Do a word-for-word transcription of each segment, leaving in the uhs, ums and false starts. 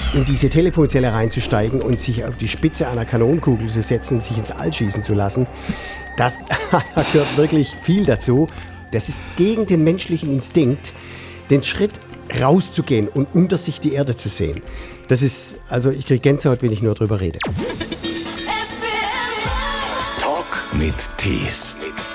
in diese Telefonzelle reinzusteigen und sich auf die Spitze einer Kanonenkugel zu setzen und sich ins All schießen zu lassen, das da gehört wirklich viel dazu. Das ist gegen den menschlichen Instinkt, den Schritt rauszugehen und unter sich die Erde zu sehen. Das ist, also ich kriege Gänsehaut, wenn ich nur drüber rede. Talk mit Tees.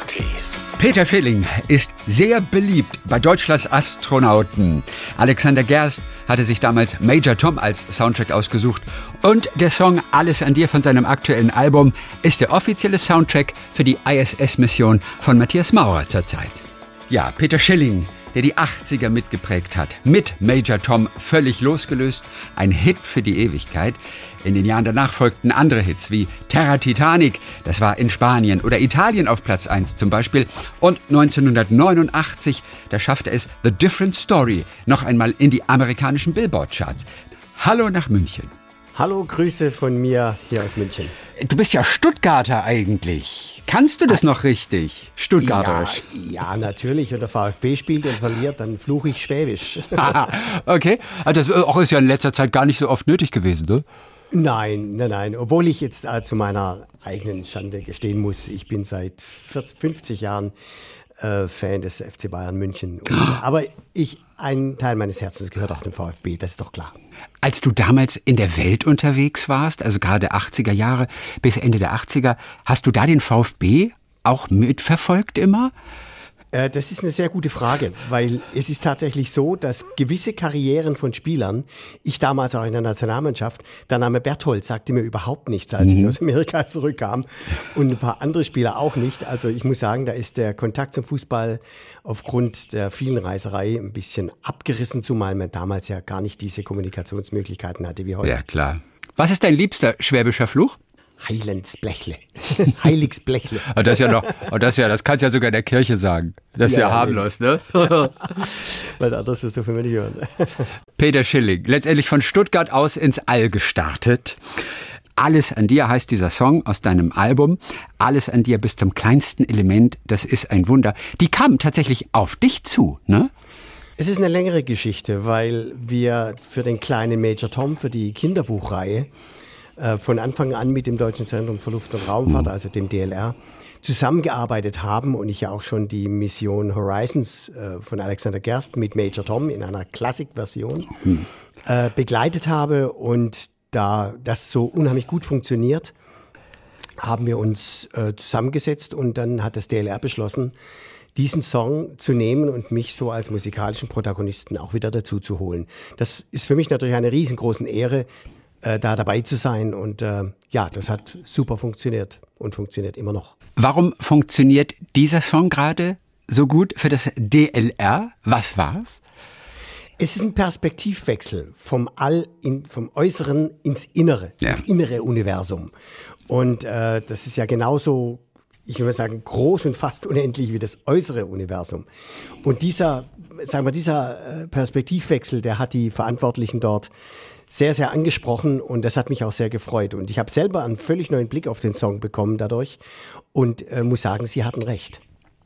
Peter Schilling ist sehr beliebt bei Deutschlands Astronauten. Alexander Gerst hatte sich damals Major Tom als Soundtrack ausgesucht. Und der Song Alles an dir von seinem aktuellen Album ist der offizielle Soundtrack für die I S S-Mission von Matthias Maurer zurzeit. Ja, Peter Schilling, der die achtziger mitgeprägt hat, mit Major Tom völlig losgelöst, ein Hit für die Ewigkeit. In den Jahren danach folgten andere Hits wie Terra Titanic, das war in Spanien, oder Italien auf Platz eins zum Beispiel. Und neunzehnhundertneunundachtzig, da schaffte es The Different Story noch einmal in die amerikanischen Billboard-Charts. Hallo nach München. Hallo, Grüße von mir hier aus München. Du bist ja Stuttgarter eigentlich. Kannst du das noch richtig? Stuttgarterisch? Ja, ja, natürlich. Wenn der VfB spielt und verliert, dann fluche ich Schwäbisch. Okay, also das auch ist ja in letzter Zeit gar nicht so oft nötig gewesen, ne? Nein, nein, nein. Obwohl ich jetzt äh, zu meiner eigenen Schande gestehen muss, ich bin seit vierzig, fünfzig Jahren äh, Fan des F C Bayern München. Und, aber ich, ein Teil meines Herzens gehört auch dem VfB, das ist doch klar. Als du damals in der Welt unterwegs warst, also gerade achtziger Jahre bis Ende der achtziger, hast du da den VfB auch mitverfolgt immer? Äh, das ist eine sehr gute Frage, weil es ist tatsächlich so, dass gewisse Karrieren von Spielern, ich damals auch in der Nationalmannschaft, der Name Berthold sagte mir überhaupt nichts, als mhm. ich aus Amerika zurückkam, und ein paar andere Spieler auch nicht. Also ich muss sagen, da ist der Kontakt zum Fußball aufgrund der vielen Reiserei ein bisschen abgerissen, zumal man damals ja gar nicht diese Kommunikationsmöglichkeiten hatte wie heute. Ja, klar. Was ist dein liebster schwäbischer Fluch? Heilandsblechle. Heiligsblechle. Oh, das ist ja noch, oh, das ist ja, das kannst du ja sogar in der Kirche sagen. Das ist ja, ja harmlos, ne? Was anderes wirst du von mir nicht hören. Peter Schilling, letztendlich von Stuttgart aus ins All gestartet. Alles an dir heißt dieser Song aus deinem Album. Alles an dir bis zum kleinsten Element, das ist ein Wunder. Die kam tatsächlich auf dich zu, ne? Es ist eine längere Geschichte, weil wir für den kleinen Major Tom, für die Kinderbuchreihe, von Anfang an mit dem Deutschen Zentrum für Luft- und Raumfahrt, also dem D L R, zusammengearbeitet haben und ich ja auch schon die Mission Horizons äh, von Alexander Gerst mit Major Tom in einer Klassikversion hm. äh, begleitet habe. Und da das so unheimlich gut funktioniert, haben wir uns äh, zusammengesetzt und dann hat das D L R beschlossen, diesen Song zu nehmen und mich so als musikalischen Protagonisten auch wieder dazu zu holen. Das ist für mich natürlich eine riesengroße Ehre, da dabei zu sein. Und äh, ja, das hat super funktioniert und funktioniert immer noch. Warum funktioniert dieser Song gerade so gut für das D L R? Was war's? Es ist ein Perspektivwechsel vom All, in, vom Äußeren ins Innere, ja. ins innere Universum. Und äh, das ist ja genauso, ich würde sagen, groß und fast unendlich wie das äußere Universum. Und dieser, sagen wir, dieser Perspektivwechsel, der hat die Verantwortlichen dort sehr, sehr angesprochen und das hat mich auch sehr gefreut. Und ich habe selber einen völlig neuen Blick auf den Song bekommen dadurch und äh, muss sagen, sie hatten recht.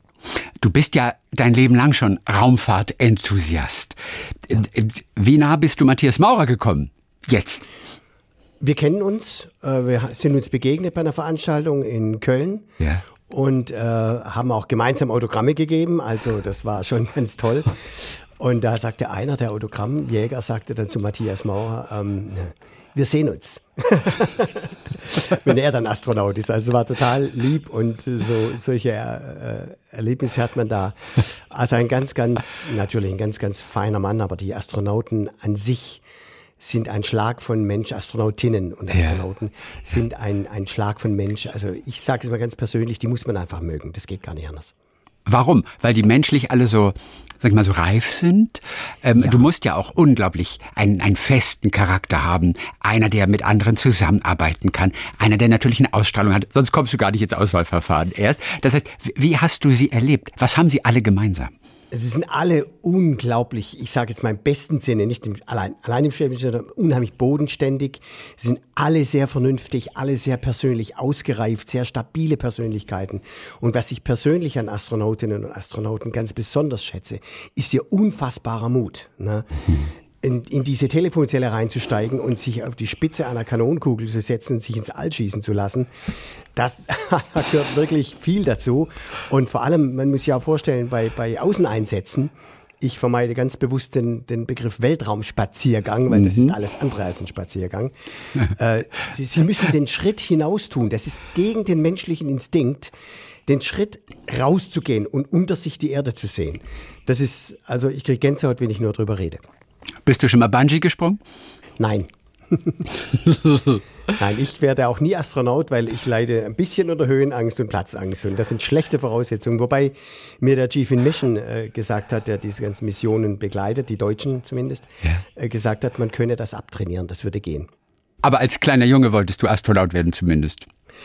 Du bist ja dein Leben lang schon Raumfahrt-Enthusiast. Ja. Wie nah bist du Matthias Maurer gekommen? Jetzt? Wir kennen uns, äh, wir sind uns begegnet bei einer Veranstaltung in Köln. Ja. Und äh, haben auch gemeinsam Autogramme gegeben, also das war schon ganz toll. Und da sagte einer, der Autogrammjäger, sagte dann zu Matthias Maurer, ähm, wir sehen uns. Wenn er dann Astronaut ist. Also es war total lieb und so solche äh, Erlebnisse hat man da. Also ein ganz, ganz, natürlich ein ganz, ganz feiner Mann, aber die Astronauten an sich sind ein Schlag von Mensch, Astronautinnen und Astronauten ja. sind ein, ein Schlag von Mensch. Also ich sage es mal ganz persönlich, die muss man einfach mögen. Das geht gar nicht anders. Warum? Weil die menschlich alle so, sag ich mal, so reif sind? Ähm, ja. Du musst ja auch unglaublich einen, einen festen Charakter haben. Einer, der mit anderen zusammenarbeiten kann. Einer, der natürlich eine Ausstrahlung hat. Sonst kommst du gar nicht ins Auswahlverfahren erst. Das heißt, wie hast du sie erlebt? Was haben sie alle gemeinsam? Sie sind alle unglaublich, ich sage jetzt mal im besten Sinne, nicht im, allein, allein im Schwäbischen, sondern unheimlich bodenständig. Sie sind alle sehr vernünftig, alle sehr persönlich ausgereift, sehr stabile Persönlichkeiten. Und was ich persönlich an Astronautinnen und Astronauten ganz besonders schätze, ist ihr unfassbarer Mut. Ne? in, in diese Telefonzelle reinzusteigen und sich auf die Spitze einer Kanonenkugel zu setzen und sich ins All schießen zu lassen, das da gehört wirklich viel dazu. Und vor allem, man muss sich auch vorstellen, bei, bei Außeneinsätzen, ich vermeide ganz bewusst den, den Begriff Weltraumspaziergang, weil mhm. das ist alles andere als ein Spaziergang. äh, sie, sie müssen den Schritt hinaus tun. Das ist gegen den menschlichen Instinkt, den Schritt rauszugehen und unter sich die Erde zu sehen. Das ist, also ich kriege Gänsehaut, wenn ich nur drüber rede. Bist du schon mal Bungee gesprungen? Nein. Nein, ich werde auch nie Astronaut, weil ich leide ein bisschen unter Höhenangst und Platzangst. Und das sind schlechte Voraussetzungen. Wobei mir der Chief in Mission äh, gesagt hat, der diese ganzen Missionen begleitet, die Deutschen zumindest, ja. äh, gesagt hat, man könne das abtrainieren, das würde gehen. Aber als kleiner Junge wolltest du Astronaut werden zumindest?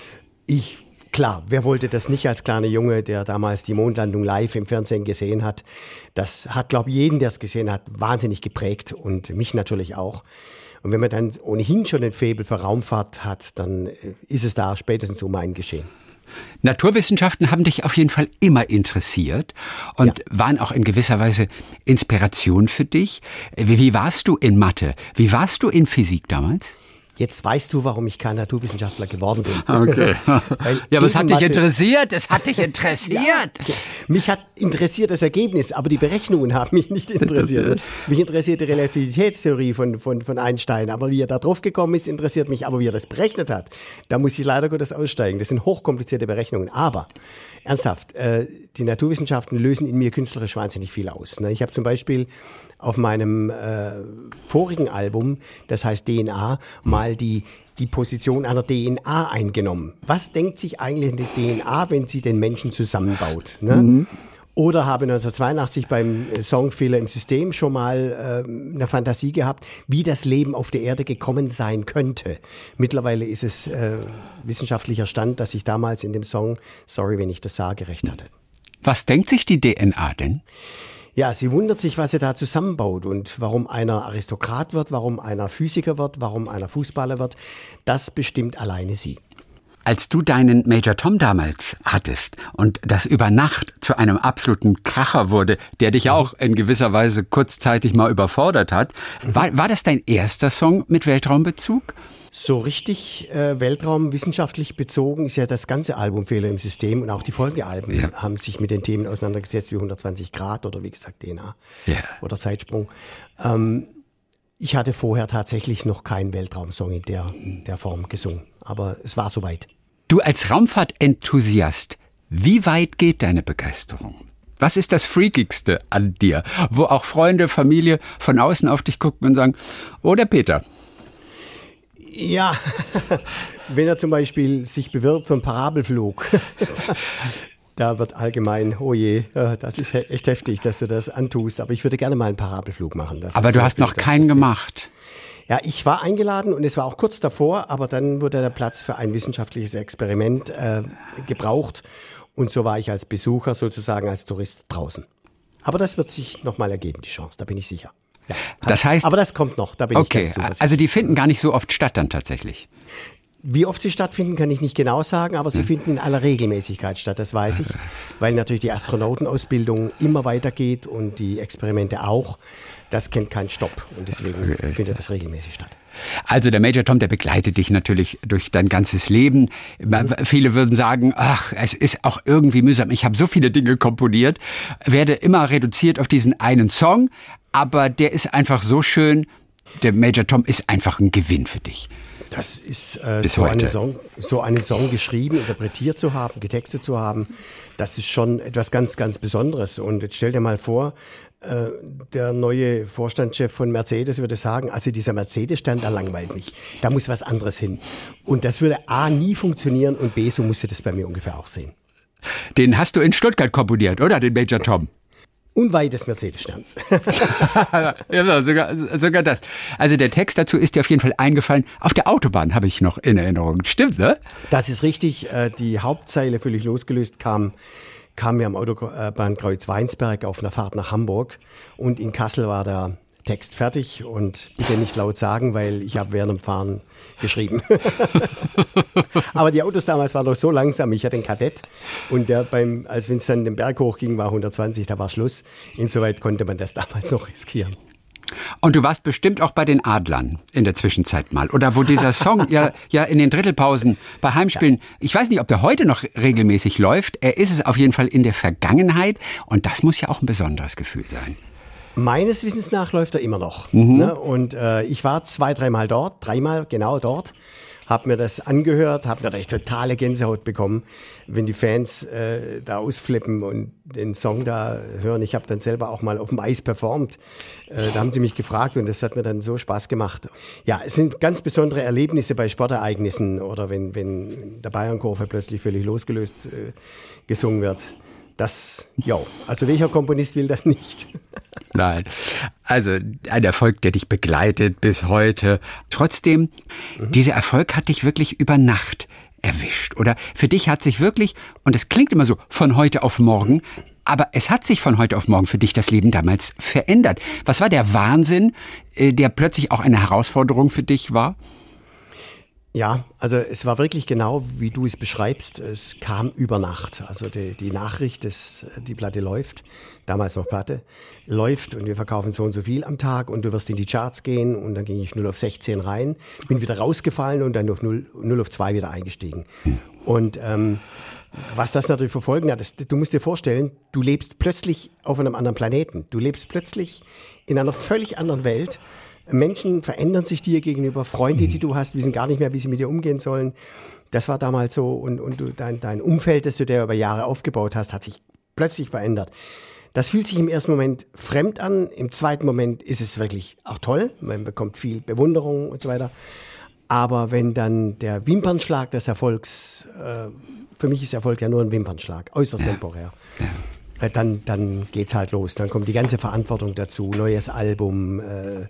Ich Klar, wer wollte das nicht als kleiner Junge, der damals die Mondlandung live im Fernsehen gesehen hat? Das hat, glaube ich, jeden, der es gesehen hat, wahnsinnig geprägt und mich natürlich auch. Und wenn man dann ohnehin schon ein Faible für Raumfahrt hat, dann ist es da spätestens um einen geschehen. Naturwissenschaften haben dich auf jeden Fall immer interessiert und ja. waren auch in gewisser Weise Inspiration für dich. Wie, wie warst du in Mathe? Wie warst du in Physik damals? Jetzt weißt du, warum ich kein Naturwissenschaftler geworden bin. Okay. Ja, aber es hat dich interessiert, es hat dich interessiert. Ja, mich hat interessiert das Ergebnis, aber die Berechnungen haben mich nicht interessiert. Mich interessiert die Relativitätstheorie von, von, von Einstein, aber wie er da drauf gekommen ist, interessiert mich, aber wie er das berechnet hat, da muss ich leider Gottes aussteigen. Das sind hochkomplizierte Berechnungen, aber ernsthaft, äh, die Naturwissenschaften lösen in mir künstlerisch wahnsinnig viel aus. Ne? Ich habe zum Beispiel auf meinem äh, vorigen Album, das heißt D N A, mal die, die Position einer D N A eingenommen. Was denkt sich eigentlich eine D N A, wenn sie den Menschen zusammenbaut? Ne? Mhm. Oder habe neunzehnhundertzweiundachtzig beim Song Fehler im System schon mal äh, eine Fantasie gehabt, wie das Leben auf der Erde gekommen sein könnte. Mittlerweile ist es äh, wissenschaftlicher Stand, dass ich damals in dem Song, sorry, wenn ich das sage, recht hatte. Was denkt sich die D N A denn? Ja, sie wundert sich, was sie da zusammenbaut und warum einer Aristokrat wird, warum einer Physiker wird, warum einer Fußballer wird. Das bestimmt alleine sie. Als du deinen Major Tom damals hattest und das über Nacht zu einem absoluten Kracher wurde, der dich auch in gewisser Weise kurzzeitig mal überfordert hat, war, war das dein erster Song mit Weltraumbezug? So richtig äh, weltraumwissenschaftlich bezogen ist ja das ganze Album Fehler im System und auch die Folgealben ja. haben sich mit den Themen auseinandergesetzt wie hundertzwanzig Grad oder wie gesagt D N A ja. oder Zeitsprung. Ähm, ich hatte vorher tatsächlich noch keinen Weltraumsong in der, der Form gesungen, aber es war soweit. Du als Raumfahrtenthusiast, wie weit geht deine Begeisterung? Was ist das Freakigste an dir, wo auch Freunde, Familie von außen auf dich gucken und sagen, oh, der Peter. Ja, wenn er zum Beispiel sich bewirbt für einen Parabelflug, da wird allgemein, oh je, das ist echt heftig, dass du das antust, aber ich würde gerne mal einen Parabelflug machen. Das aber du hast noch keinen gemacht. Ja, ich war eingeladen und es war auch kurz davor, aber dann wurde der Platz für ein wissenschaftliches Experiment äh, gebraucht und so war ich als Besucher sozusagen als Tourist draußen. Aber das wird sich nochmal ergeben, die Chance, da bin ich sicher. Ja, das heißt, aber das kommt noch, da bin okay, ich ganz zuversichtlich. Also die finden gar nicht so oft statt dann tatsächlich? Wie oft sie stattfinden, kann ich nicht genau sagen, aber sie hm. finden in aller Regelmäßigkeit statt, das weiß ich, weil natürlich die Astronautenausbildung immer weitergeht und die Experimente auch. Das kennt keinen Stopp und deswegen okay. findet das regelmäßig statt. Also der Major Tom, der begleitet dich natürlich durch dein ganzes Leben. Mhm. Viele würden sagen, ach, es ist auch irgendwie mühsam. Ich habe so viele Dinge komponiert, werde immer reduziert auf diesen einen Song, aber der ist einfach so schön. Der Major Tom ist einfach ein Gewinn für dich. Das ist äh, so, eine Song, so einen Song geschrieben, interpretiert zu haben, getextet zu haben, das ist schon etwas ganz, ganz Besonderes. Und jetzt stell dir mal vor, äh, der neue Vorstandschef von Mercedes würde sagen, also dieser Mercedes-Stern, der langweilt mich. Da muss was anderes hin. Und das würde A, nie funktionieren und B, so musst du das bei mir ungefähr auch sehen. Den hast du in Stuttgart komponiert, oder? Den Major Tom? Unweit des Mercedes-Sterns. Ja, sogar, sogar das. Also der Text dazu ist dir auf jeden Fall eingefallen. Auf der Autobahn habe ich noch in Erinnerung. Stimmt, ne? Das ist richtig. Die Hauptzeile, völlig losgelöst, kam, kam mir am Autobahnkreuz Weinsberg auf einer Fahrt nach Hamburg. Und in Kassel war der Text fertig. Und bitte nicht laut sagen, weil ich habe während dem Fahren geschrieben. Aber die Autos damals waren doch so langsam. Ich hatte einen Kadett und der beim, als wenn es dann den Berg hochging, war hundertzwanzig, da war Schluss. Insoweit konnte man das damals noch riskieren. Und du warst bestimmt auch bei den Adlern in der Zwischenzeit mal. Oder wo dieser Song ja, ja in den Drittelpausen bei Heimspielen, ich weiß nicht, ob der heute noch regelmäßig läuft. Er ist es auf jeden Fall in der Vergangenheit. Und das muss ja auch ein besonderes Gefühl sein. Meines Wissens nach läuft er immer noch. Mhm. Ne? Und äh, ich war zwei, dreimal dort, dreimal genau dort. Hab mir das angehört, hab natürlich totale Gänsehaut bekommen, wenn die Fans äh, da ausflippen und den Song da hören. Ich habe dann selber auch mal auf dem Eis performt. Äh, da haben sie mich gefragt und das hat mir dann so Spaß gemacht. Ja, es sind ganz besondere Erlebnisse bei Sportereignissen oder wenn, wenn der Bayern-Chor plötzlich völlig losgelöst äh, gesungen wird. Das, ja, also welcher Komponist will das nicht? Nein, also ein Erfolg, der dich begleitet bis heute. Trotzdem, mhm. dieser Erfolg hat dich wirklich über Nacht erwischt. Oder für dich hat sich wirklich, und es klingt immer so, von heute auf morgen, aber es hat sich von heute auf morgen für dich das Leben damals verändert. Was war der Wahnsinn, der plötzlich auch eine Herausforderung für dich war? Ja, also es war wirklich genau, wie du es beschreibst. Es kam über Nacht. Also die, die Nachricht, dass die Platte läuft, damals noch Platte, läuft und wir verkaufen so und so viel am Tag und du wirst in die Charts gehen und dann ging ich null auf sechzehn rein, bin wieder rausgefallen und dann auf null auf zwei wieder eingestiegen. Und ähm, was das natürlich für Folgen hat, das, du musst dir vorstellen, du lebst plötzlich auf einem anderen Planeten. Du lebst plötzlich in einer völlig anderen Welt. Menschen verändern sich dir gegenüber, Freunde, die du hast, wissen gar nicht mehr, wie sie mit dir umgehen sollen. Das war damals so und, und du, dein, dein Umfeld, das du dir über Jahre aufgebaut hast, hat sich plötzlich verändert. Das fühlt sich im ersten Moment fremd an, im zweiten Moment ist es wirklich auch toll, man bekommt viel Bewunderung und so weiter. Aber wenn dann der Wimpernschlag des Erfolgs, äh, für mich ist Erfolg ja nur ein Wimpernschlag, äußerst ja. temporär. Ja. Dann, dann geht's halt los. Dann kommt die ganze Verantwortung dazu. Neues Album, äh,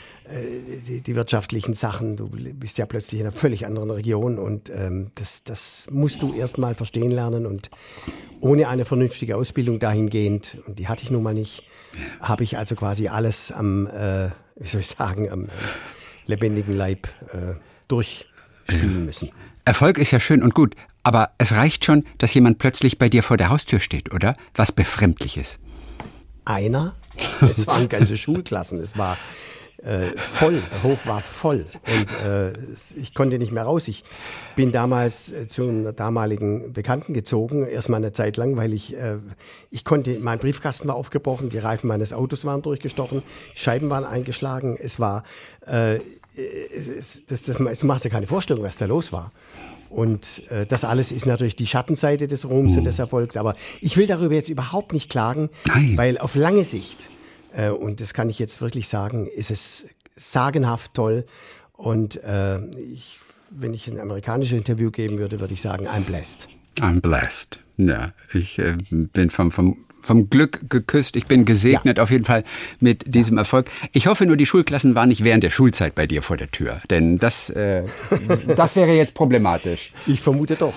die, die wirtschaftlichen Sachen. Du bist ja plötzlich in einer völlig anderen Region und ähm, das, das musst du erst mal verstehen lernen. Und ohne eine vernünftige Ausbildung dahingehend, und die hatte ich nun mal nicht, habe ich also quasi alles am, äh, wie soll ich sagen, am äh, lebendigen Leib äh, durchspielen müssen. Erfolg ist ja schön und gut, aber es reicht schon, dass jemand plötzlich bei dir vor der Haustür steht, oder? Was Befremdliches. Einer? Es waren ganze Schulklassen. Es war äh, voll. Der Hof war voll. Und äh, ich konnte nicht mehr raus. Ich bin damals äh, zu einer damaligen Bekannten gezogen, erstmal eine Zeit lang, weil ich, äh, ich konnte, mein Briefkasten war aufgebrochen, die Reifen meines Autos waren durchgestochen, Scheiben waren eingeschlagen. Es war, äh, es, das, das, das, du machst dir keine Vorstellung, was da los war. Und äh, das alles ist natürlich die Schattenseite des Ruhms mhm. und des Erfolgs. Aber ich will darüber jetzt überhaupt nicht klagen, Nein. weil auf lange Sicht, äh, und das kann ich jetzt wirklich sagen, ist es sagenhaft toll. Und äh, ich, wenn ich ein amerikanisches Interview geben würde, würde ich sagen, I'm blessed. I'm blessed. Ja, ich äh, bin vom, vom vom Glück geküsst. Ich bin gesegnet ja. auf jeden Fall mit diesem Erfolg. Ich hoffe nur, die Schulklassen waren nicht während der Schulzeit bei dir vor der Tür. Denn das, äh, das wäre jetzt problematisch. Ich vermute doch.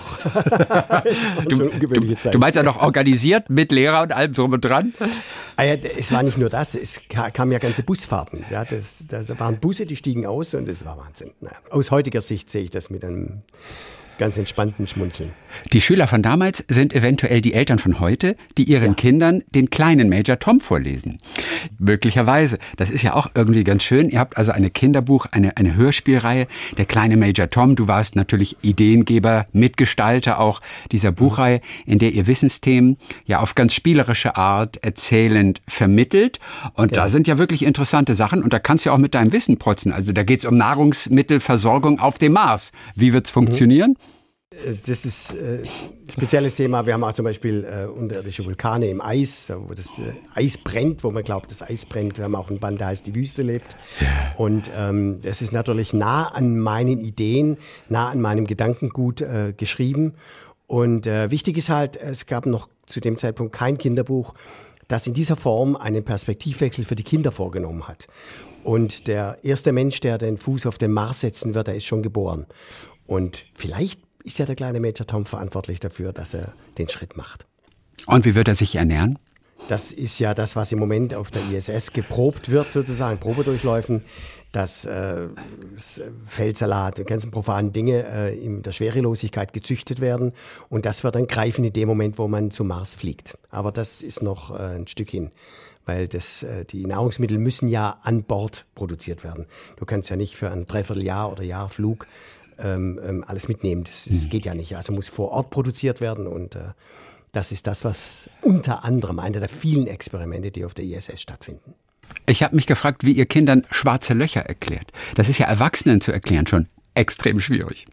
du, du, du meinst ja noch organisiert mit Lehrer und allem drum und dran? Ah ja, es war nicht nur das, es kamen ja ganze Busfahrten. Ja, das, das waren Busse, die stiegen aus und es war Wahnsinn. Naja, aus heutiger Sicht sehe ich das mit einem ganz entspannten Schmunzeln. Die Schüler von damals sind eventuell die Eltern von heute, die ihren ja. Kindern den kleinen Major Tom vorlesen. Möglicherweise. Das ist ja auch irgendwie ganz schön. Ihr habt also eine Kinderbuch, eine, eine Hörspielreihe, der kleine Major Tom. Du warst natürlich Ideengeber, Mitgestalter auch dieser Buchreihe, in der ihr Wissensthemen ja auf ganz spielerische Art erzählend vermittelt. Und ja. da sind ja wirklich interessante Sachen. Und da kannst du ja auch mit deinem Wissen protzen. Also da geht es um Nahrungsmittelversorgung auf dem Mars. Wie wird es funktionieren? Mhm. Das ist ein äh, spezielles Thema. Wir haben auch zum Beispiel äh, unterirdische Vulkane im Eis, wo das äh, Eis brennt, wo man glaubt, das Eis brennt. Wir haben auch einen Band, der heißt Die Wüste lebt. Ja. Und ähm, das ist natürlich nah an meinen Ideen, nah an meinem Gedankengut äh, geschrieben. Und äh, wichtig ist halt, es gab noch zu dem Zeitpunkt kein Kinderbuch, das in dieser Form einen Perspektivwechsel für die Kinder vorgenommen hat. Und der erste Mensch, der den Fuß auf den Mars setzen wird, der ist schon geboren. Und vielleicht ist ja der kleine Major Tom verantwortlich dafür, dass er den Schritt macht. Und wie wird er sich ernähren? Das ist ja das, was im Moment auf der I S S geprobt wird, sozusagen, Probedurchläufen. Dass äh, Feldsalat und ganzen profanen Dinge äh, in der Schwerelosigkeit gezüchtet werden. Und das wird dann greifen in dem Moment, wo man zum Mars fliegt. Aber das ist noch äh, ein Stück hin. weil das, die Nahrungsmittel müssen ja an Bord produziert werden. Du kannst ja nicht für ein Dreivierteljahr oder Jahr Flug ähm, ähm, alles mitnehmen. Das, das geht ja nicht. Also muss vor Ort produziert werden und äh, das ist das, was unter anderem einer der vielen Experimente, die auf der I S S stattfinden. Ich habe mich gefragt, wie ihr Kindern schwarze Löcher erklärt. Das ist ja Erwachsenen zu erklären schon extrem schwierig.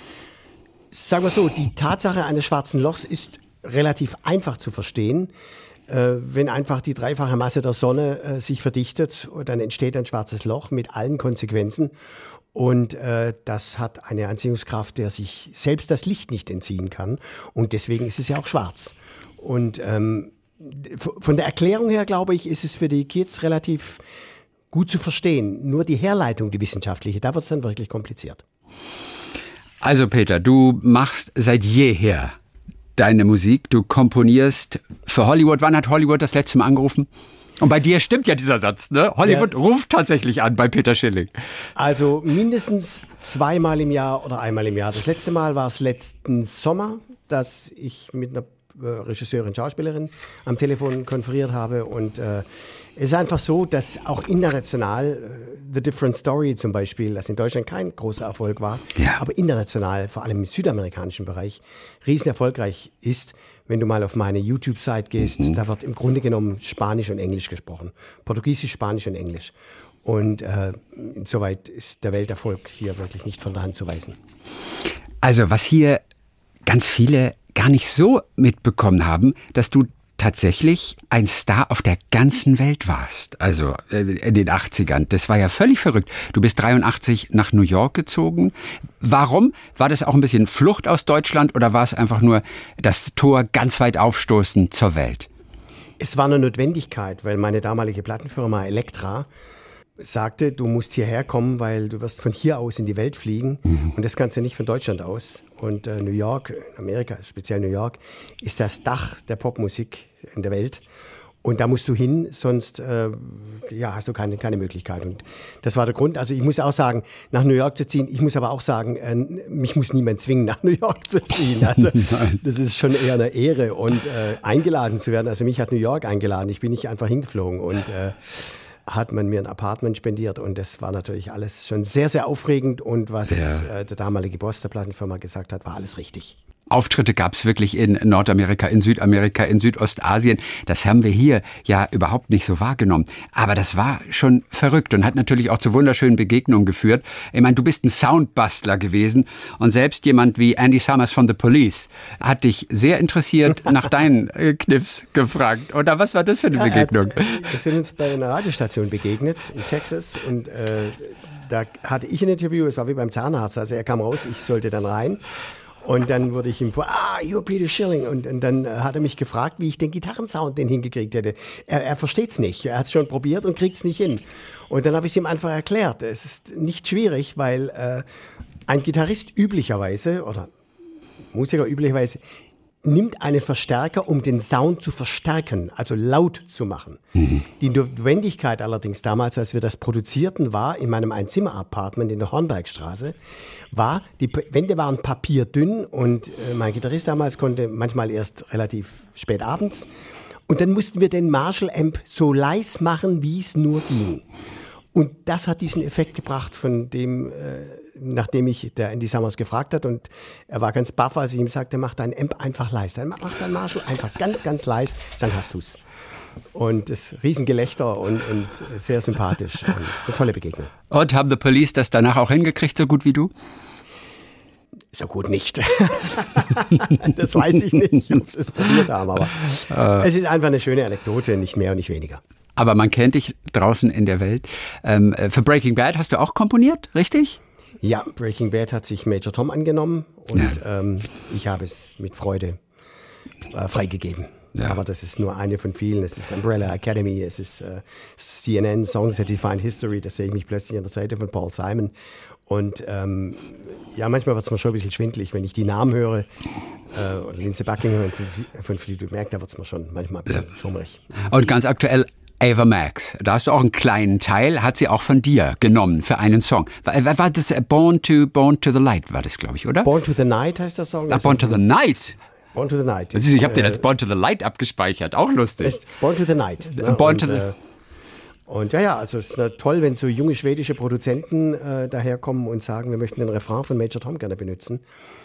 Sagen wir so, die Tatsache eines schwarzen Lochs ist relativ einfach zu verstehen. Äh, wenn einfach die dreifache Masse der Sonne äh, sich verdichtet, dann entsteht ein schwarzes Loch mit allen Konsequenzen. Und äh, das hat eine Anziehungskraft, der sich selbst das Licht nicht entziehen kann. Und deswegen ist es ja auch schwarz. Und ähm, von der Erklärung her, glaube ich, ist es für die Kids relativ gut zu verstehen. Nur die Herleitung, die wissenschaftliche, da wird es dann wirklich kompliziert. Also Peter, du machst seit jeher deine Musik. Du komponierst für Hollywood. Wann hat Hollywood das letzte Mal angerufen? Und bei dir stimmt ja dieser Satz, ne? Hollywood ja, ruft tatsächlich an bei Peter Schilling. Also mindestens zweimal im Jahr oder einmal im Jahr. Das letzte Mal war es letzten Sommer, dass ich mit einer Regisseurin, Schauspielerin am Telefon konferiert habe. Und äh, es ist einfach so, dass auch international äh, The Different Story zum Beispiel, das in Deutschland kein großer Erfolg war, ja. aber international, vor allem im südamerikanischen Bereich, riesen erfolgreich ist. Wenn du mal auf meine YouTube-Seite gehst, mhm. da wird im Grunde genommen Spanisch und Englisch gesprochen. Portugiesisch, Spanisch und Englisch. Und äh, insoweit ist der Welterfolg hier wirklich nicht von der Hand zu weisen. Also was hier ganz viele gar nicht so mitbekommen haben, dass du tatsächlich ein Star auf der ganzen Welt warst. Also in den achtzigern. Das war ja völlig verrückt. Du bist dreiundachtzig nach New York gezogen. Warum? War das auch ein bisschen Flucht aus Deutschland oder war es einfach nur das Tor ganz weit aufstoßen zur Welt? Es war eine Notwendigkeit, weil meine damalige Plattenfirma Elektra sagte, du musst hierher kommen, weil du wirst von hier aus in die Welt fliegen. Mhm. Und das kannst du nicht von Deutschland aus. Und äh, New York, Amerika, speziell New York, ist das Dach der Popmusik in der Welt. Und da musst du hin, sonst äh, ja, hast du keine, keine Möglichkeit. Und das war der Grund. Also ich muss auch sagen, nach New York zu ziehen, ich muss aber auch sagen, äh, mich muss niemand zwingen, nach New York zu ziehen. Also das ist schon eher eine Ehre. Und äh, eingeladen zu werden, also mich hat New York eingeladen, ich bin nicht einfach hingeflogen. Und äh, hat man mir ein Apartment spendiert und das war natürlich alles schon sehr, sehr aufregend und was ja. äh, der damalige Boss der Plattenfirma gesagt hat, war alles richtig. Auftritte gab es wirklich in Nordamerika, in Südamerika, in Südostasien. Das haben wir hier ja überhaupt nicht so wahrgenommen. Aber das war schon verrückt und hat natürlich auch zu wunderschönen Begegnungen geführt. Ich meine, du bist ein Soundbastler gewesen und selbst jemand wie Andy Summers von The Police hat dich sehr interessiert nach deinen äh, Kniffs gefragt. Oder was war das für eine ja, Begegnung? Hat, wir sind uns bei einer Radiostation begegnet in Texas und äh, da hatte ich ein Interview, es war wie beim Zahnarzt. Also er kam raus, ich sollte dann rein. Und dann wurde ich ihm vor, ah, you're Peter Schilling. Und, und dann hat er mich gefragt, wie ich den Gitarrensound denn hingekriegt hätte. Er, er versteht's nicht. Er hat es schon probiert und kriegt's nicht hin. Und dann habe ich es ihm einfach erklärt. Es ist nicht schwierig, weil äh, ein Gitarrist üblicherweise oder Musiker üblicherweise nimmt einen Verstärker, um den Sound zu verstärken, also laut zu machen. Mhm. Die Notwendigkeit allerdings damals, als wir das produzierten, war in meinem Einzimmer-Apartment in der Hornbergstraße, war, die Wände waren papierdünn und äh, mein Gitarrist damals konnte manchmal erst relativ spät abends und dann mussten wir den Marshall-Amp so leis machen, wie es nur ging. Und das hat diesen Effekt gebracht, von dem, äh, nachdem ich der Andy Summers gefragt hat. Und er war ganz baff, als ich ihm sagte, mach deinen Amp einfach leise. Dann mach deinen Marshall einfach ganz, ganz leise, dann hast du's. Und das Riesengelächter und, und sehr sympathisch und eine tolle Begegnung. Und haben The Police das danach auch hingekriegt, so gut wie du? So gut nicht. Das weiß ich nicht, ob sie es probiert haben. Aber äh. es ist einfach eine schöne Anekdote, nicht mehr und nicht weniger. Aber man kennt dich draußen in der Welt. Ähm, für Breaking Bad hast du auch komponiert, richtig? Ja, Breaking Bad hat sich Major Tom angenommen und ja. ähm, ich habe es mit Freude äh, freigegeben. Ja. Aber das ist nur eine von vielen. Es ist Umbrella Academy, es ist äh, C N N, Songs That Define History. Da sehe ich mich plötzlich an der Seite von Paul Simon. Und ähm, ja, manchmal wird es mir schon ein bisschen schwindelig, wenn ich die Namen höre. Äh, oder Lindsey Buckingham von Fleetwood Mac, da wird es mir schon manchmal ein bisschen ja. schummrig. Und ganz aktuell Ava Max, da hast du auch einen kleinen Teil, hat sie auch von dir genommen für einen Song. War, war das Born to, Born to the Light, war das, glaube ich, oder? Born to the Night heißt der Song. Ah, Born to the Night? Born to the Night. Ist, ich habe den als Born to the Light abgespeichert, auch lustig. Born to the Night. Ne? Born und, to the äh, und ja, ja, also es ist äh, toll, wenn so junge schwedische Produzenten äh, daherkommen und sagen, wir möchten den Refrain von Major Tom gerne benutzen.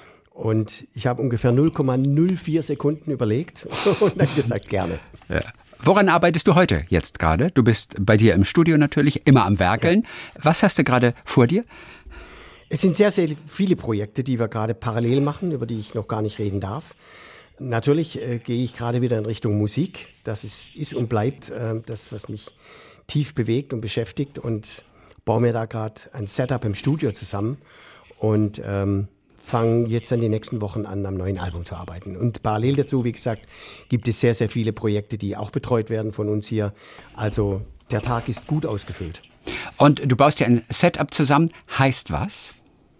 Und ich habe ungefähr null Komma null vier Sekunden überlegt und dann gesagt, gerne. Ja. Woran arbeitest du heute jetzt gerade? Du bist bei dir im Studio natürlich, immer am Werkeln. Ja. Was hast du gerade vor dir? Es sind sehr, sehr viele Projekte, die wir gerade parallel machen, über die ich noch gar nicht reden darf. Natürlich äh, gehe ich gerade wieder in Richtung Musik. Das ist, ist und bleibt äh, das, was mich tief bewegt und beschäftigt. Und baue mir da gerade ein Setup im Studio zusammen und ähm, fange jetzt dann die nächsten Wochen an, am neuen Album zu arbeiten. Und parallel dazu, wie gesagt, gibt es sehr, sehr viele Projekte, die auch betreut werden von uns hier. Also der Tag ist gut ausgefüllt. Und du baust ja ein Setup zusammen. Heißt was?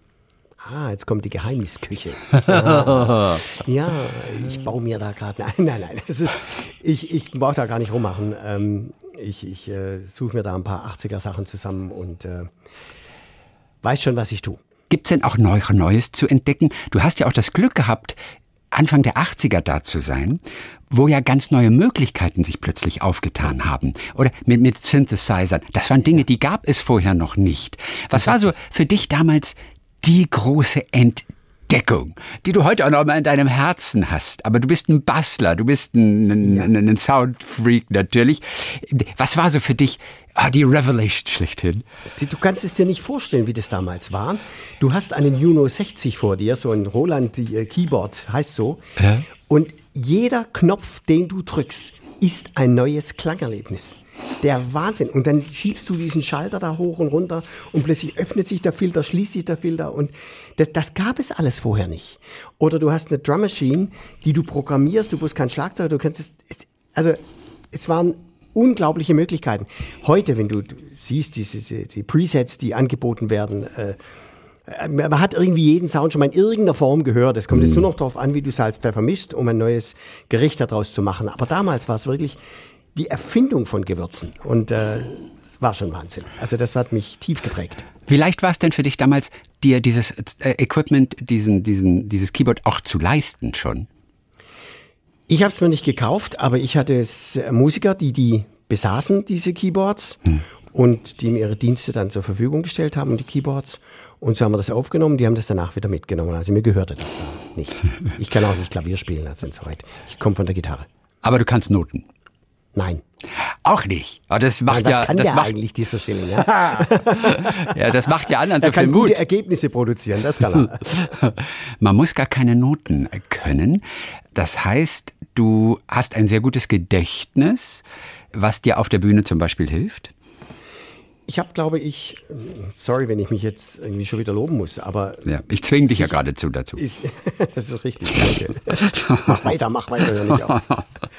Ah, jetzt kommt die Geheimnisküche. Ja, ja ich baue mir da gerade... Nein, nein, nein. Das ist, ich ich brauche da gar nicht rummachen. Ähm, ich ich äh, suche mir da ein paar achtziger-Sachen zusammen und äh, weiß schon, was ich tue. Gibt es denn auch Neu- Neues zu entdecken? Du hast ja auch das Glück gehabt, Anfang der achtziger da zu sein, wo ja ganz neue Möglichkeiten sich plötzlich aufgetan haben. Oder mit, mit Synthesizern. Das waren Dinge, die gab es vorher noch nicht. Was war so für dich damals die große Entdeckung, die du heute auch noch mal in deinem Herzen hast? Aber du bist ein Bastler, du bist ein, ein, ein, ein Soundfreak natürlich. Was war so für dich ah, die Revelation schlechthin? Du kannst es dir nicht vorstellen, wie das damals war. Du hast einen Juno sechzig vor dir, so ein Roland Keyboard, heißt so. Ja. Und jeder Knopf, den du drückst, ist ein neues Klangerlebnis. Der Wahnsinn. Und dann schiebst du diesen Schalter da hoch und runter und plötzlich öffnet sich der Filter, schließt sich der Filter und das, das gab es alles vorher nicht. Oder du hast eine Drum Machine, die du programmierst, du brauchst kein Schlagzeug, du kannst es, es also es waren unglaubliche Möglichkeiten. Heute, wenn du, du siehst diese die Presets, die angeboten werden, äh, man hat irgendwie jeden Sound schon mal in irgendeiner Form gehört. Es kommt jetzt nur noch darauf an, wie du Salz, Pfeffer mischst, um ein neues Gericht daraus zu machen. Aber damals war es wirklich die Erfindung von Gewürzen. Und äh, es war schon Wahnsinn. Also das hat mich tief geprägt. Wie leicht war es denn für dich damals, dir dieses äh, Equipment, diesen, diesen, dieses Keyboard auch zu leisten schon? Ich habe es mir nicht gekauft, aber ich hatte es, äh, Musiker, die die besaßen, diese Keyboards. Hm. Und die mir ihre Dienste dann zur Verfügung gestellt haben und die Keyboards. Und so haben wir das aufgenommen, die haben das danach wieder mitgenommen. Also mir gehörte das da nicht. Ich kann auch nicht Klavier spielen, also insoweit. Ich komme von der Gitarre. Aber du kannst Noten? Nein. Auch nicht. Aber das macht Nein, das ja, kann das der macht, eigentlich, dieser Schilling. Ja, ja das macht ja anderen so er kann viel Mut. Gute Ergebnisse produzieren, das kann er. Man muss gar keine Noten können. Das heißt, du hast ein sehr gutes Gedächtnis, was dir auf der Bühne zum Beispiel hilft? Ich habe, glaube ich, sorry, wenn ich mich jetzt irgendwie schon wieder loben muss, aber... Ja, ich zwinge dich ja geradezu dazu. Ist, das ist richtig, danke. Mach weiter, mach weiter, hör nicht auf.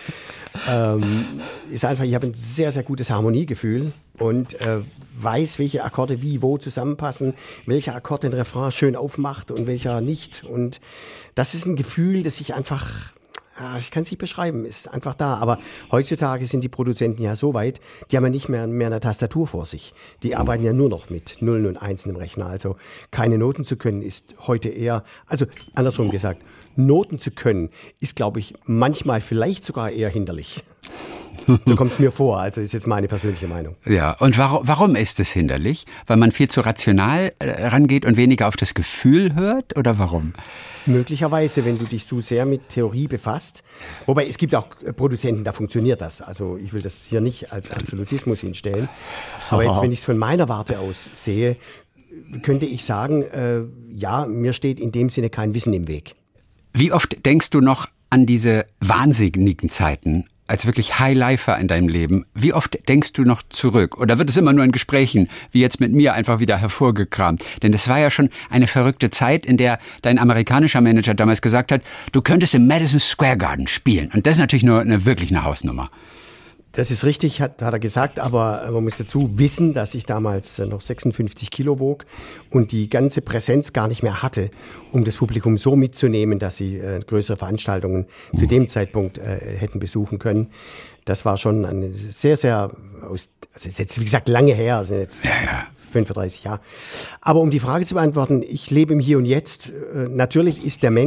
ähm, ist einfach, ich habe ein sehr, sehr gutes Harmoniegefühl und äh, weiß, welche Akkorde wie, wo zusammenpassen, welcher Akkord den Refrain schön aufmacht und welcher nicht. Und das ist ein Gefühl, das ich einfach... Ich kann es nicht beschreiben, ist einfach da. Aber heutzutage sind die Produzenten ja so weit, die haben ja nicht mehr, mehr eine Tastatur vor sich. Die arbeiten ja nur noch mit Nullen und Einsen im Rechner. Also keine Noten zu können ist heute eher, also andersrum gesagt, Noten zu können ist, glaube ich, manchmal vielleicht sogar eher hinderlich. So kommt es mir vor, also ist jetzt meine persönliche Meinung. Ja, und warum, warum ist es hinderlich? Weil man viel zu rational äh, rangeht und weniger auf das Gefühl hört, oder warum? Möglicherweise, wenn du dich so sehr mit Theorie befasst. Wobei, es gibt auch Produzenten, da funktioniert das. Also ich will das hier nicht als Absolutismus hinstellen. Aber jetzt, wenn ich es von meiner Warte aus sehe, könnte ich sagen, äh, ja, mir steht in dem Sinne kein Wissen im Weg. Wie oft denkst du noch an diese wahnsinnigen Zeiten, als wirklich Highlifer in deinem Leben? Wie oft denkst du noch zurück? Oder wird es immer nur in Gesprächen, wie jetzt mit mir, einfach wieder hervorgekramt? Denn das war ja schon eine verrückte Zeit, in der dein amerikanischer Manager damals gesagt hat, du könntest im Madison Square Garden spielen. Und das ist natürlich nur eine, wirklich eine Hausnummer. Das ist richtig, hat, hat er gesagt, aber man muss dazu wissen, dass ich damals noch sechsundfünfzig Kilo wog und die ganze Präsenz gar nicht mehr hatte, um das Publikum so mitzunehmen, dass sie äh, größere Veranstaltungen mhm. zu dem Zeitpunkt äh, hätten besuchen können. Das war schon eine sehr, sehr, aus, also ist jetzt wie gesagt lange her, also jetzt ja, ja. fünfunddreißig Jahre. Aber um die Frage zu beantworten, ich lebe im Hier und Jetzt. Äh, natürlich ist der Mensch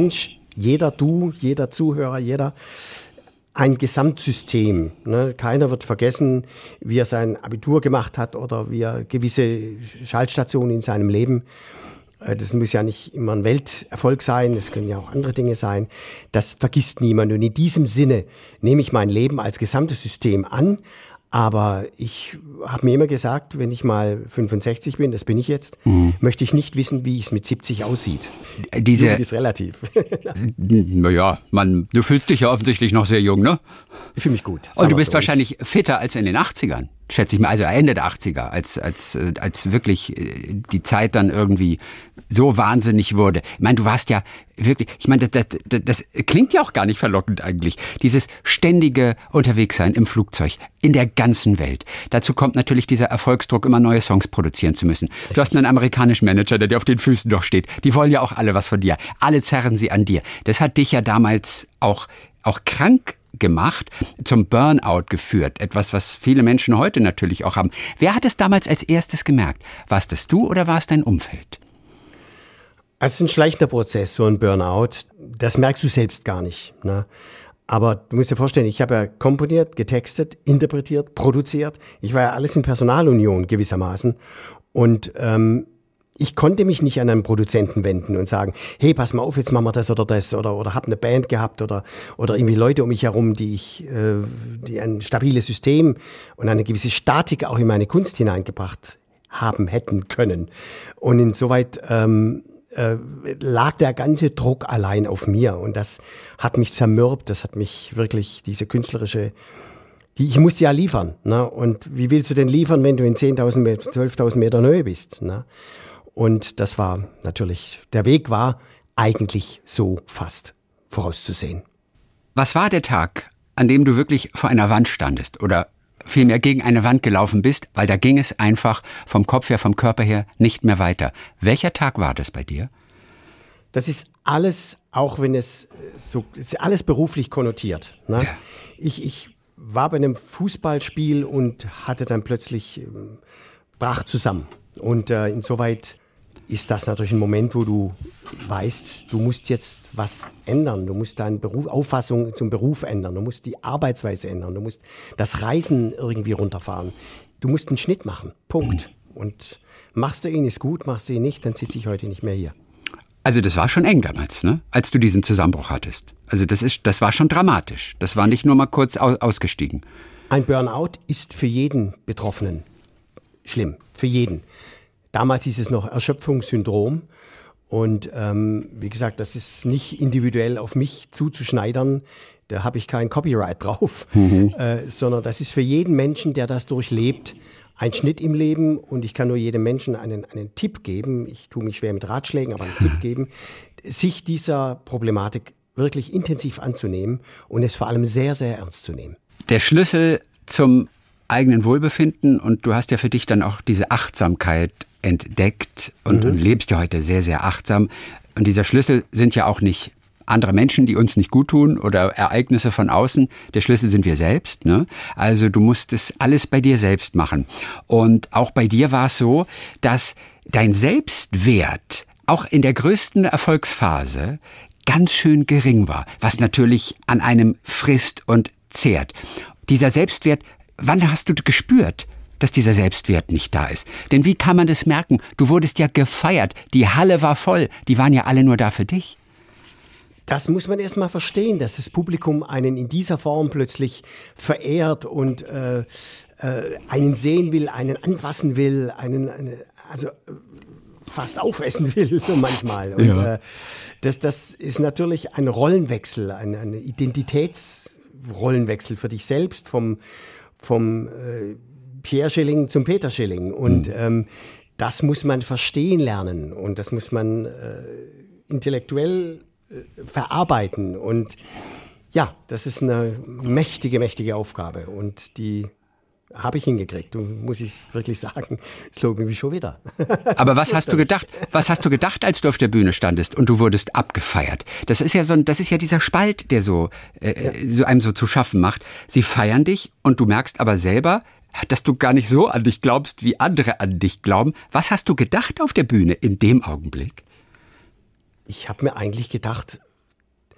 jeder du, jeder Zuhörer, jeder ein Gesamtsystem. Ne? Keiner wird vergessen, wie er sein Abitur gemacht hat oder wie er gewisse Schaltstationen in seinem Leben. Das muss ja nicht immer ein Welterfolg sein, das können ja auch andere Dinge sein. Das vergisst niemand. Und in diesem Sinne nehme ich mein Leben als gesamtes System an. Aber ich habe mir immer gesagt, wenn ich mal fünfundsechzig bin, das bin ich jetzt, mhm. möchte ich nicht wissen, wie es mit siebzig aussieht. Diese Jugend ist relativ. Naja, man, du fühlst dich ja offensichtlich noch sehr jung, ne? Ich fühle mich gut. Und du bist so wahrscheinlich fitter als in den achtzigern, schätze ich mal, also Ende der achtziger, als, als, als wirklich die Zeit dann irgendwie so wahnsinnig wurde. Ich meine, du warst ja wirklich, ich meine, das, das, das klingt ja auch gar nicht verlockend eigentlich. Dieses ständige Unterwegssein im Flugzeug in der ganzen Welt. Dazu kommt natürlich dieser Erfolgsdruck, immer neue Songs produzieren zu müssen. Du hast einen amerikanischen Manager, der dir auf den Füßen noch steht. Die wollen ja auch alle was von dir. Alle zerren sie an dir. Das hat dich ja damals auch, auch krank gemacht, zum Burnout geführt. Etwas, was viele Menschen heute natürlich auch haben. Wer hat es damals als erstes gemerkt? Warst es du oder war es dein Umfeld? Es ist ein schleichender Prozess, so ein Burnout. Das merkst du selbst gar nicht. Ne? Aber du musst dir vorstellen, ich habe ja komponiert, getextet, interpretiert, produziert. Ich war ja alles in Personalunion gewissermaßen. Und ähm, ich konnte mich nicht an einen Produzenten wenden und sagen, hey, pass mal auf, jetzt machen wir das oder das oder oder habe eine Band gehabt oder oder irgendwie Leute um mich herum, die ich, äh, die ein stabiles System und eine gewisse Statik auch in meine Kunst hineingebracht haben hätten können. Und insoweit ähm, äh, lag der ganze Druck allein auf mir und das hat mich zermürbt, das hat mich wirklich, diese künstlerische, die, ich musste ja liefern. Ne? Und wie willst du denn liefern, wenn du in zehntausend, zwölftausend Meter Höhe bist? Ne? Und das war natürlich, der Weg war eigentlich so fast vorauszusehen. Was war der Tag, an dem du wirklich vor einer Wand standest oder vielmehr gegen eine Wand gelaufen bist, weil da ging es einfach vom Kopf her, vom Körper her nicht mehr weiter? Welcher Tag war das bei dir? Das ist alles, auch wenn es so, ist alles beruflich konnotiert. Ne? Ja. Ich, ich war bei einem Fußballspiel und hatte dann plötzlich, äh, brach zusammen. Und äh, insoweit ist das natürlich ein Moment, wo du weißt, du musst jetzt was ändern. Du musst deine Beruf, Auffassung zum Beruf ändern. Du musst die Arbeitsweise ändern. Du musst das Reisen irgendwie runterfahren. Du musst einen Schnitt machen. Punkt. Und machst du ihn, ist gut. Machst du ihn nicht, dann sitze ich heute nicht mehr hier. Also das war schon eng damals, ne? Als du diesen Zusammenbruch hattest. Also das ist, das war schon dramatisch. Das war nicht nur mal kurz ausgestiegen. Ein Burnout ist für jeden Betroffenen schlimm. Für jeden. Damals hieß es noch Erschöpfungssyndrom und ähm, wie gesagt, das ist nicht individuell auf mich zuzuschneidern, da habe ich kein Copyright drauf, mhm. äh, sondern das ist für jeden Menschen, der das durchlebt, ein Schnitt im Leben und ich kann nur jedem Menschen einen, einen Tipp geben, ich tue mich schwer mit Ratschlägen, aber einen Tipp geben, sich dieser Problematik wirklich intensiv anzunehmen und es vor allem sehr, sehr ernst zu nehmen. Der Schlüssel zum eigenen Wohlbefinden und du hast ja für dich dann auch diese Achtsamkeit entdeckt und, mhm. und lebst ja heute sehr, sehr achtsam. Und dieser Schlüssel sind ja auch nicht andere Menschen, die uns nicht gut tun oder Ereignisse von außen. Der Schlüssel sind wir selbst. Ne? Also du musst es alles bei dir selbst machen. Und auch bei dir war es so, dass dein Selbstwert auch in der größten Erfolgsphase ganz schön gering war, was natürlich an einem frisst und zehrt. Dieser Selbstwert, wann hast du gespürt, dass dieser Selbstwert nicht da ist? Denn wie kann man das merken? Du wurdest ja gefeiert, die Halle war voll, die waren ja alle nur da für dich. Das muss man erst mal verstehen, dass das Publikum einen in dieser Form plötzlich verehrt und äh, äh, einen sehen will, einen anfassen will, einen eine, also äh, fast aufessen will, so manchmal. Und ja. äh, das, das ist natürlich ein Rollenwechsel, ein, ein Identitätsrollenwechsel für dich selbst, vom, vom äh, Pierre Schilling zum Peter Schilling. Und mhm. ähm, das muss man verstehen lernen und das muss man äh, intellektuell äh, verarbeiten. Und ja, das ist eine mächtige, mächtige Aufgabe und die habe ich hingekriegt, muss ich wirklich sagen. Es lobt mich schon wieder. Aber was hast du gedacht? Was hast du gedacht, als du auf der Bühne standest und du wurdest abgefeiert? Das ist ja so ein, das ist ja dieser Spalt, der so, äh, ja. so einem so zu schaffen macht. Sie feiern dich und du merkst aber selber, dass du gar nicht so an dich glaubst, wie andere an dich glauben. Was hast du gedacht auf der Bühne in dem Augenblick? Ich habe mir eigentlich gedacht,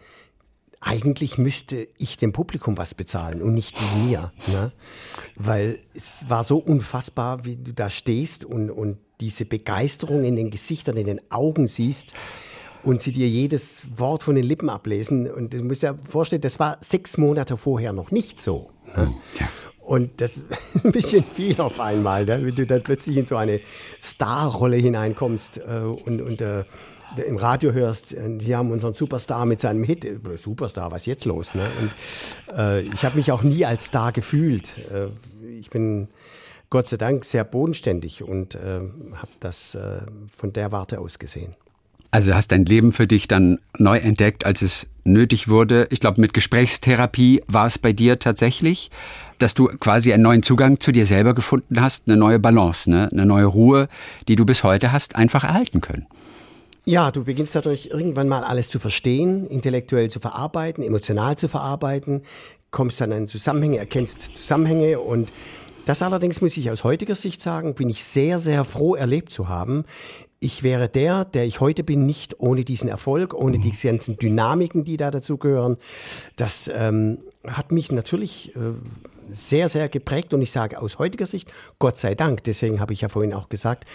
eigentlich müsste ich dem Publikum was bezahlen und nicht die mir. Ne? Weil es war so unfassbar, wie du da stehst und, und diese Begeisterung in den Gesichtern, in den Augen siehst und sie dir jedes Wort von den Lippen ablesen. Und du musst dir vorstellen, das war sechs Monate vorher noch nicht so. Ne? Ja. Und das ist ein bisschen viel auf einmal, ne? Wenn du dann plötzlich in so eine Starrolle hineinkommst äh, und, und äh, im Radio hörst, die haben unseren Superstar mit seinem Hit, Superstar, was ist jetzt los? Ne? Und äh, ich habe mich auch nie als Star gefühlt. Äh, ich bin Gott sei Dank sehr bodenständig und äh, habe das äh, von der Warte aus gesehen. Also du hast dein Leben für dich dann neu entdeckt, als es nötig wurde. Ich glaube, mit Gesprächstherapie war es bei dir tatsächlich, dass du quasi einen neuen Zugang zu dir selber gefunden hast, eine neue Balance, ne? Eine neue Ruhe, die du bis heute hast einfach erhalten können. Ja, du beginnst dadurch irgendwann mal alles zu verstehen, intellektuell zu verarbeiten, emotional zu verarbeiten, kommst dann an Zusammenhänge, erkennst Zusammenhänge und das allerdings muss ich aus heutiger Sicht sagen, bin ich sehr, sehr froh erlebt zu haben. Ich wäre der, der ich heute bin, nicht ohne diesen Erfolg, ohne die ganzen Dynamiken, die da dazugehören. Das ähm, hat mich natürlich äh, sehr, sehr geprägt und ich sage aus heutiger Sicht, Gott sei Dank, deswegen habe ich ja vorhin auch gesagt,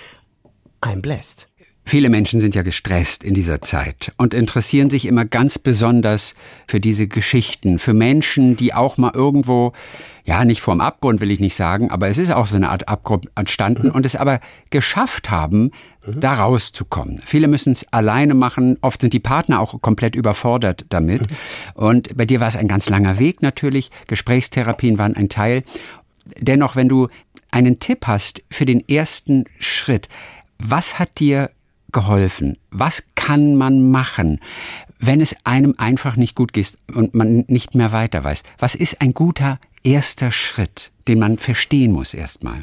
I'm blessed. Viele Menschen sind ja gestresst in dieser Zeit und interessieren sich immer ganz besonders für diese Geschichten, für Menschen, die auch mal irgendwo, ja, nicht vorm Abgrund will ich nicht sagen, aber es ist auch so eine Art Abgrund entstanden mhm. und es aber geschafft haben, mhm. da rauszukommen. Viele müssen es alleine machen, oft sind die Partner auch komplett überfordert damit. Mhm. Und bei dir war es ein ganz langer Weg natürlich, Gesprächstherapien waren ein Teil. Dennoch, wenn du einen Tipp hast für den ersten Schritt, was hat dir geholfen? Was kann man machen, wenn es einem einfach nicht gut geht und man nicht mehr weiter weiß? Was ist ein guter erster Schritt, den man verstehen muss erstmal?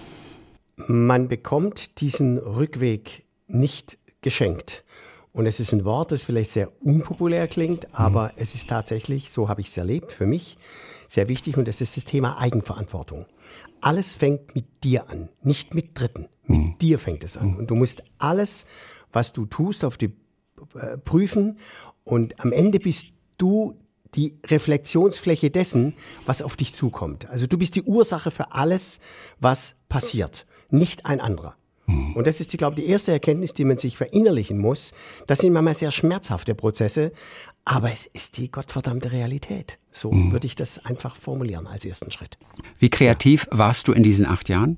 Man bekommt diesen Rückweg nicht geschenkt. Und es ist ein Wort, das vielleicht sehr unpopulär klingt, aber mhm. es ist tatsächlich, so habe ich es erlebt, für mich sehr wichtig und es ist das Thema Eigenverantwortung. Alles fängt mit dir an, nicht mit Dritten. Mit mhm. dir fängt es an. Und du musst alles, was du tust, auf die äh, prüfen. Und am Ende bist du die Reflexionsfläche dessen, was auf dich zukommt. Also du bist die Ursache für alles, was passiert, nicht ein anderer. Mhm. Und das ist, glaube ich, die erste Erkenntnis, die man sich verinnerlichen muss. Das sind manchmal sehr schmerzhafte Prozesse, aber es ist die gottverdammte Realität. So mhm. würde ich das einfach formulieren als ersten Schritt. Wie kreativ ja. warst du in diesen acht Jahren?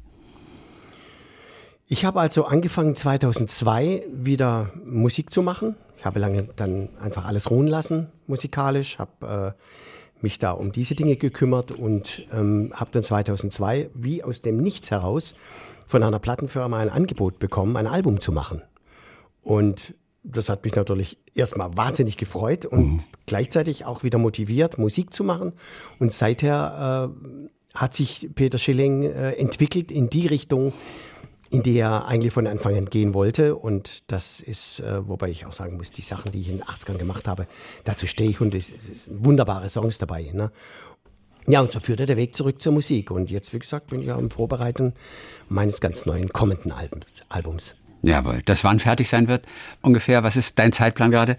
Ich habe also angefangen zweitausendzwei wieder Musik zu machen. Ich habe lange dann einfach alles ruhen lassen musikalisch, habe äh, mich da um diese Dinge gekümmert und ähm, habe dann zweitausendzwei wie aus dem Nichts heraus von einer Plattenfirma ein Angebot bekommen, ein Album zu machen. Und das hat mich natürlich erstmal wahnsinnig gefreut und mhm. gleichzeitig auch wieder motiviert, Musik zu machen. Und seither äh, hat sich Peter Schilling äh, entwickelt in die Richtung, in die er eigentlich von Anfang an gehen wollte. Und das ist, äh, wobei ich auch sagen muss, die Sachen, die ich in den achtzigern gemacht habe, dazu stehe ich und es, es sind wunderbare Songs dabei. Ne? Ja, und so führte der Weg zurück zur Musik. Und jetzt, wie gesagt, bin ich ja im Vorbereiten meines ganz neuen kommenden Albums. Albums. Jawohl, das wann fertig sein wird ungefähr. Was ist dein Zeitplan gerade?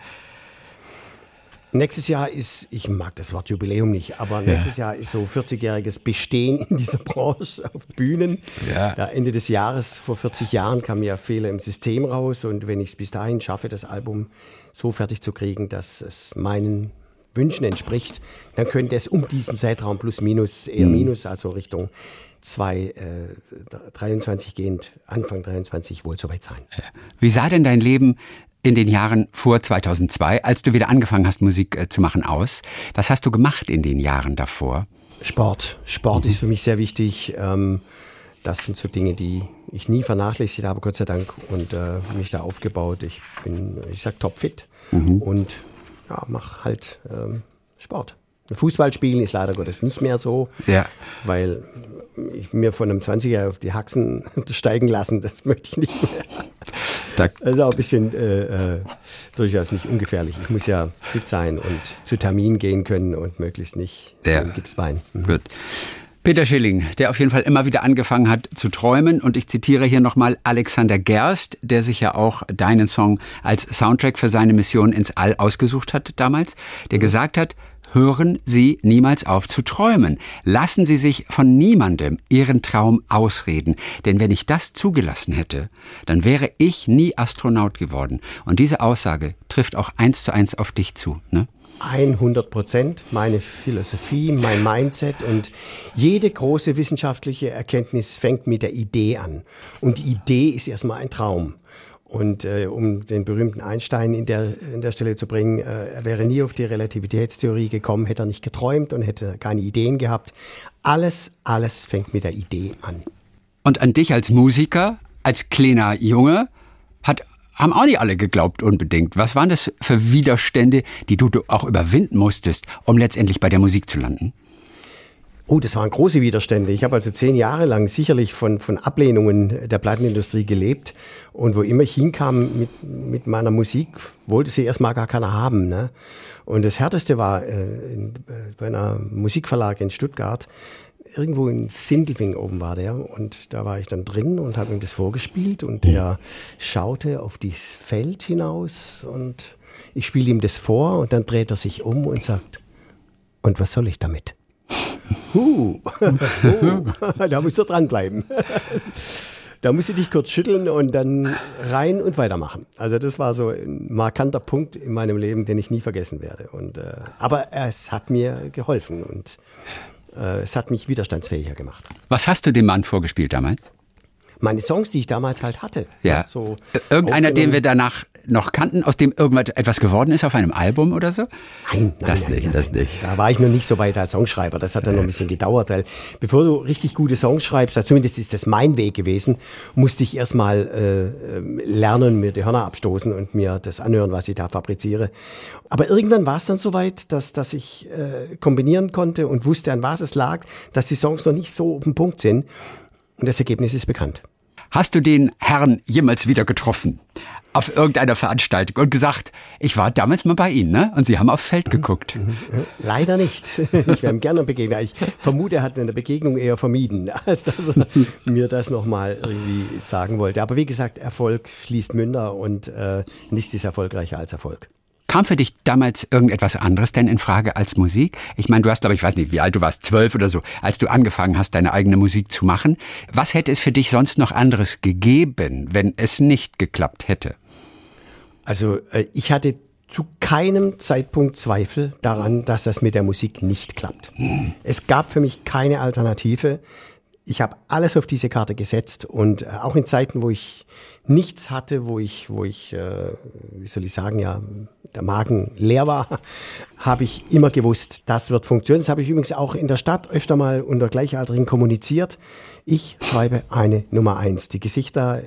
Nächstes Jahr ist, ich mag das Wort Jubiläum nicht, aber ja. nächstes Jahr ist so vierzigjähriges Bestehen in dieser Branche auf Bühnen. Ja. Da Ende des Jahres, vor vierzig Jahren, kamen ja Fehler im System raus. Und wenn ich es bis dahin schaffe, das Album so fertig zu kriegen, dass es meinen Wünschen entspricht, dann könnte es um diesen Zeitraum plus minus, eher mhm. minus, also Richtung zweitausenddreiundzwanzig gehend, Anfang dreiundzwanzig wohl soweit sein. Wie sah denn dein Leben in den Jahren vor zweitausendzwei, als du wieder angefangen hast, Musik äh, zu machen, aus? Was hast du gemacht in den Jahren davor? Sport. Sport mhm. ist für mich sehr wichtig. Ähm, das sind so Dinge, die ich nie vernachlässigt habe, Gott sei Dank, und äh, mich da aufgebaut. Ich bin, ich sag, topfit mhm. und ja, mache halt ähm, Sport. Fußball spielen ist leider Gottes nicht mehr so, ja. weil ich mir von einem zwanziger auf die Haxen steigen lassen, das möchte ich nicht mehr. Das ist auch ein bisschen äh, äh, durchaus nicht ungefährlich. Ich muss ja fit sein und zu Terminen gehen können und möglichst nicht ja. im Gipsbein. Mhm. Gut. Peter Schilling, der auf jeden Fall immer wieder angefangen hat zu träumen. Und ich zitiere hier nochmal Alexander Gerst, der sich ja auch deinen Song als Soundtrack für seine Mission ins All ausgesucht hat damals, der gesagt hat, hören Sie niemals auf zu träumen. Lassen Sie sich von niemandem Ihren Traum ausreden. Denn wenn ich das zugelassen hätte, dann wäre ich nie Astronaut geworden. Und diese Aussage trifft auch eins zu eins auf dich zu, ne? hundert Prozent meine Philosophie, mein Mindset, und jede große wissenschaftliche Erkenntnis fängt mit der Idee an. Und die Idee ist erstmal ein Traum. Und äh, um den berühmten Einstein in der, in der Stelle zu bringen, äh, er wäre nie auf die Relativitätstheorie gekommen, hätte er nicht geträumt und hätte keine Ideen gehabt. Alles, alles fängt mit der Idee an. Und an dich als Musiker, als kleiner Junge, hat haben auch nicht alle geglaubt unbedingt. Was waren das für Widerstände, die du auch überwinden musstest, um letztendlich bei der Musik zu landen? Oh, das waren große Widerstände. Ich habe also zehn Jahre lang sicherlich von, von Ablehnungen der Plattenindustrie gelebt. Und wo immer ich hinkam mit, mit meiner Musik, wollte sie erstmal gar keiner haben, ne? Und das Härteste war äh, in, äh, bei einer Musikverlag in Stuttgart, irgendwo in Sindelfingen oben war der, und da war ich dann drin und habe ihm das vorgespielt, und er schaute auf dieses Feld hinaus und ich spiele ihm das vor, und dann dreht er sich um und sagt, und was soll ich damit? Huh. Oh. Da musst du dranbleiben. Da musst du dich kurz schütteln und dann rein und weitermachen. Also das war so ein markanter Punkt in meinem Leben, den ich nie vergessen werde. Und, äh, aber es hat mir geholfen und es hat mich widerstandsfähiger gemacht. Was hast du dem Mann vorgespielt damals? Meine Songs, die ich damals halt hatte. Ja. So irgendeiner, den wir danach noch kannten, aus dem irgendwas etwas geworden ist auf einem Album oder so? Nein, nein, das nein, nicht, nein, das nein. nicht. Da war ich noch nicht so weit als Songschreiber. Das hat dann noch ein bisschen gedauert, weil bevor du richtig gute Songs schreibst, also zumindest ist das mein Weg gewesen, musste ich erstmal äh, lernen, mir die Hörner abstoßen und mir das anhören, was ich da fabriziere. Aber irgendwann war es dann soweit, dass, dass ich äh, kombinieren konnte und wusste, an was es lag, dass die Songs noch nicht so auf den Punkt sind. Und das Ergebnis ist bekannt. Hast du den Herrn jemals wieder getroffen? Auf irgendeiner Veranstaltung und gesagt, ich war damals mal bei Ihnen, ne? Und Sie haben aufs Feld geguckt. Leider nicht. Ich wäre ihm gerne begegnet. Ich vermute, er hat eine Begegnung eher vermieden, als dass er mir das nochmal irgendwie sagen wollte. Aber wie gesagt, Erfolg schließt Münder und äh, nichts ist erfolgreicher als Erfolg. Kam für dich damals irgendetwas anderes denn in Frage als Musik? Ich meine, du hast, glaube ich, weiß nicht, wie alt du warst, zwölf oder so, als du angefangen hast, deine eigene Musik zu machen. Was hätte es für dich sonst noch anderes gegeben, wenn es nicht geklappt hätte? Also ich hatte zu keinem Zeitpunkt Zweifel daran, dass das mit der Musik nicht klappt. Hm. Es gab für mich keine Alternative. Ich habe alles auf diese Karte gesetzt, und auch in Zeiten, wo ich nichts hatte, wo ich, wo ich, äh, wie soll ich sagen, ja, der Magen leer war, habe ich immer gewusst, das wird funktionieren. Das habe ich übrigens auch in der Stadt öfter mal unter Gleichaltrigen kommuniziert. Ich schreibe eine Nummer eins. Die Gesichter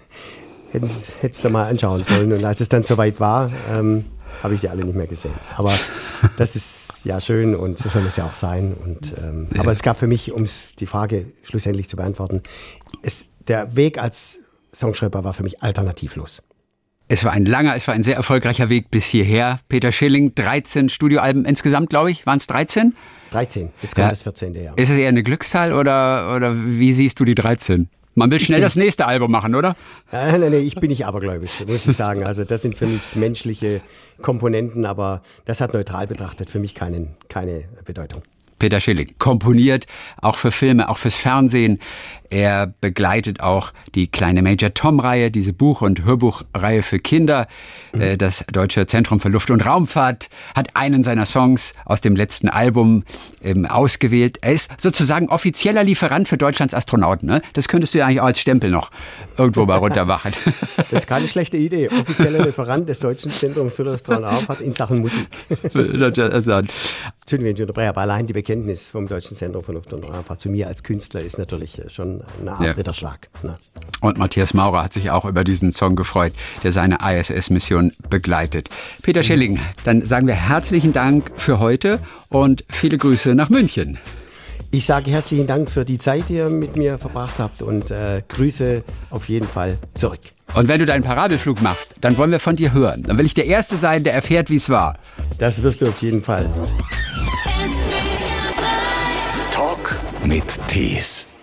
hättest du mal anschauen sollen. Und als es dann soweit war, ähm, habe ich die alle nicht mehr gesehen. Aber das ist ja schön und so soll es ja auch sein. Und, ähm, ja. Aber es gab für mich, um die Frage schlussendlich zu beantworten, es, der Weg als Songschreiber war für mich alternativlos. Es war ein langer, es war ein sehr erfolgreicher Weg bis hierher. Peter Schilling, dreizehn Studioalben insgesamt, glaube ich. Waren es dreizehn? dreizehn, jetzt kommt ja. Das vierzehnte Jahr. Ist es eher eine Glückszahl oder, oder wie siehst du die dreizehn? Man will schnell das nächste Album machen, oder? Nein, nein, nein, ich bin nicht abergläubisch, muss ich sagen. Also das sind für mich menschliche Komponenten, aber das hat neutral betrachtet für mich keinen, keine Bedeutung. Peter Schilling komponiert auch für Filme, auch fürs Fernsehen. Er begleitet auch die kleine Major Tom-Reihe, diese Buch- und Hörbuchreihe für Kinder. Mhm. Das Deutsche Zentrum für Luft- und Raumfahrt hat einen seiner Songs aus dem letzten Album ähm, ausgewählt. Er ist sozusagen offizieller Lieferant für Deutschlands Astronauten. Ne? Das könntest du ja eigentlich auch als Stempel noch irgendwo mal runtermachen. Das ist keine schlechte Idee. Offizieller Lieferant des Deutschen Zentrums für Luft- und Raumfahrt in Sachen Musik. Entschuldigung, wenn ich unterbreche, aber allein die Bekenntnis vom Deutschen Zentrum für Luft- und Raumfahrt zu mir als Künstler ist natürlich schon eine Art ja. Ritterschlag. Ne? Und Matthias Maurer hat sich auch über diesen Song gefreut, der seine I S S-Mission begleitet. Peter Schilling, dann sagen wir herzlichen Dank für heute und viele Grüße nach München. Ich sage herzlichen Dank für die Zeit, die ihr mit mir verbracht habt, und äh, Grüße auf jeden Fall zurück. Und wenn du deinen Parabelflug machst, dann wollen wir von dir hören. Dann will ich der Erste sein, der erfährt, wie es war. Das wirst du auf jeden Fall. Talk mit mit Tees.